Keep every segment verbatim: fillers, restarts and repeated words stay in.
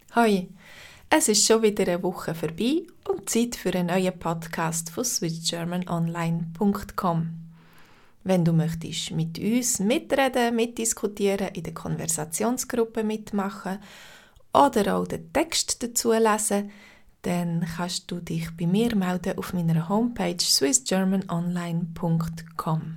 Hoi, es ist schon wieder eine Woche vorbei und Zeit für einen neuen Podcast von swiss german online punkt com. Wenn du möchtest mit uns mitreden, mitdiskutieren, in der Konversationsgruppe mitmachen oder auch den Text dazu lesen, dann kannst du dich bei mir melden auf meiner Homepage swiss german online punkt com.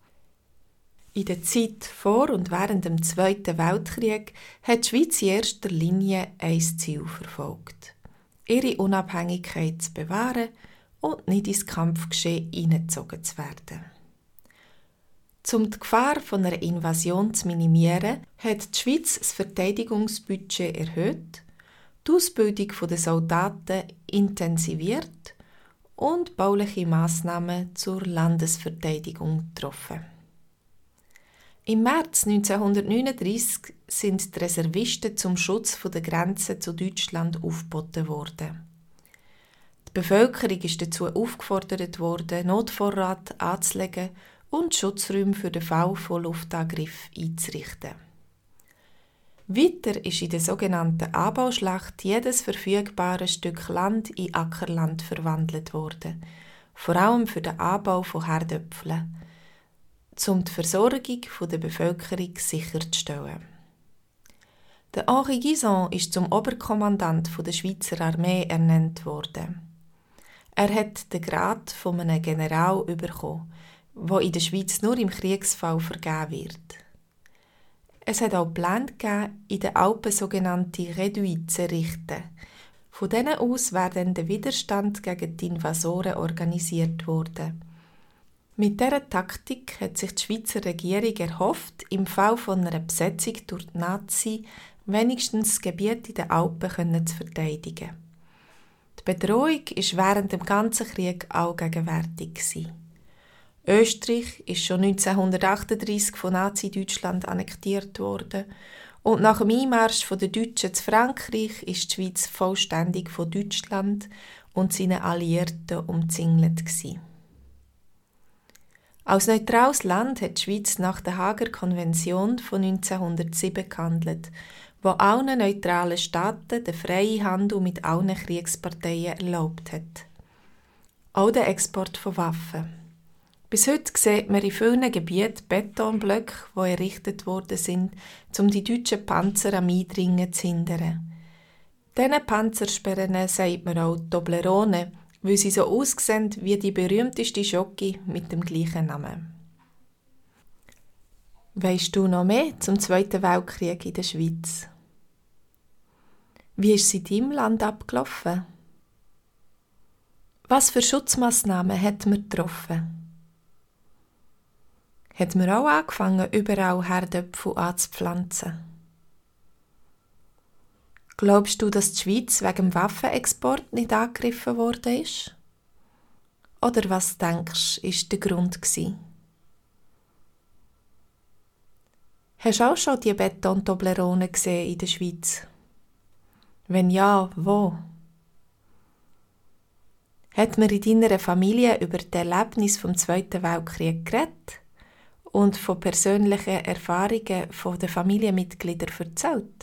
In der Zeit vor und während dem Zweiten Weltkrieg hat die Schweiz in erster Linie ein Ziel verfolgt: ihre Unabhängigkeit zu bewahren und nicht ins Kampfgeschehen hineingezogen zu werden. Um die Gefahr von einer Invasion zu minimieren, hat die Schweiz das Verteidigungsbudget erhöht, die Ausbildung der Soldaten intensiviert und bauliche Massnahmen zur Landesverteidigung getroffen. Im März neunzehnhundertneununddreissig sind die Reservisten zum Schutz der Grenzen zu Deutschland aufgeboten worden. Die Bevölkerung ist dazu aufgefordert worden, Notvorrat anzulegen und Schutzräume für den Fall von Luftangriffen einzurichten. Weiter ist in der sogenannten Anbauschlacht jedes verfügbare Stück Land in Ackerland verwandelt worden, vor allem für den Anbau von Herdöpfeln, um die Versorgung der Bevölkerung sicherzustellen. Der Henri Guisan ist zum Oberkommandant der Schweizer Armee ernannt worden. Er hat den Grad von einem General bekommen, der in der Schweiz nur im Kriegsfall vergeben wird. Es hat auch Pläne gegeben, in den Alpen sogenannte Reduits zu errichten. Von denen aus wäre dann der Widerstand gegen die Invasoren organisiert worden. Mit dieser Taktik hat sich die Schweizer Regierung erhofft, im Fall von einer Besetzung durch die Nazis wenigstens das Gebiet in den Alpen zu verteidigen. Die Bedrohung war während dem ganzen Krieg allgegenwärtig. Österreich ist schon neunzehnhundertachtunddreissig von Nazi-Deutschland annektiert worden und nach dem Einmarsch der Deutschen zu Frankreich ist die Schweiz vollständig von Deutschland und seinen Alliierten umzingelt gewesen. Als neutrales Land hat die Schweiz nach der Haager Konvention von neunzehnhundertsieben gehandelt, wo allen neutralen Staaten den freien Handel mit allen Kriegsparteien erlaubt hat. Auch der Export von Waffen. Bis heute sieht man in vielen Gebieten Betonblöcke, die errichtet worden sind, um die deutschen Panzer am Eindringen zu hindern. Diesen Panzersperren sagt man auch Toblerone, weil sie so aussehen wie die berühmteste Schoki mit dem gleichen Namen. Weisst du noch mehr zum Zweiten Weltkrieg in der Schweiz? Wie ist es in deinem Land abgelaufen? Was für Schutzmaßnahmen hat man getroffen? Hat man auch angefangen, überall Herdöpfel anzupflanzen? Glaubst du, dass die Schweiz wegen dem Waffenexport nicht angegriffen worden ist? Oder was denkst du, ist der Grund gewesen? Hast du auch schon die Beton-Toblerone gesehen in der Schweiz? Wenn ja, wo? Hat man in deiner Familie über die Erlebnisse vom Zweiten Weltkrieg geredet und von persönlichen Erfahrungen der Familienmitglieder erzählt?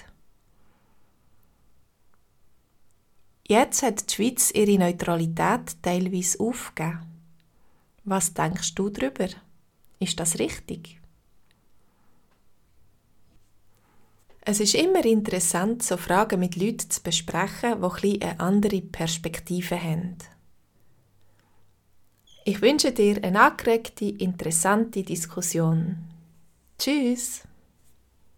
Jetzt hat die Schweiz ihre Neutralität teilweise aufgegeben. Was denkst du darüber? Ist das richtig? Es ist immer interessant, so Fragen mit Leuten zu besprechen, die eine andere Perspektive haben. Ich wünsche dir eine angeregte, interessante Diskussion. Tschüss!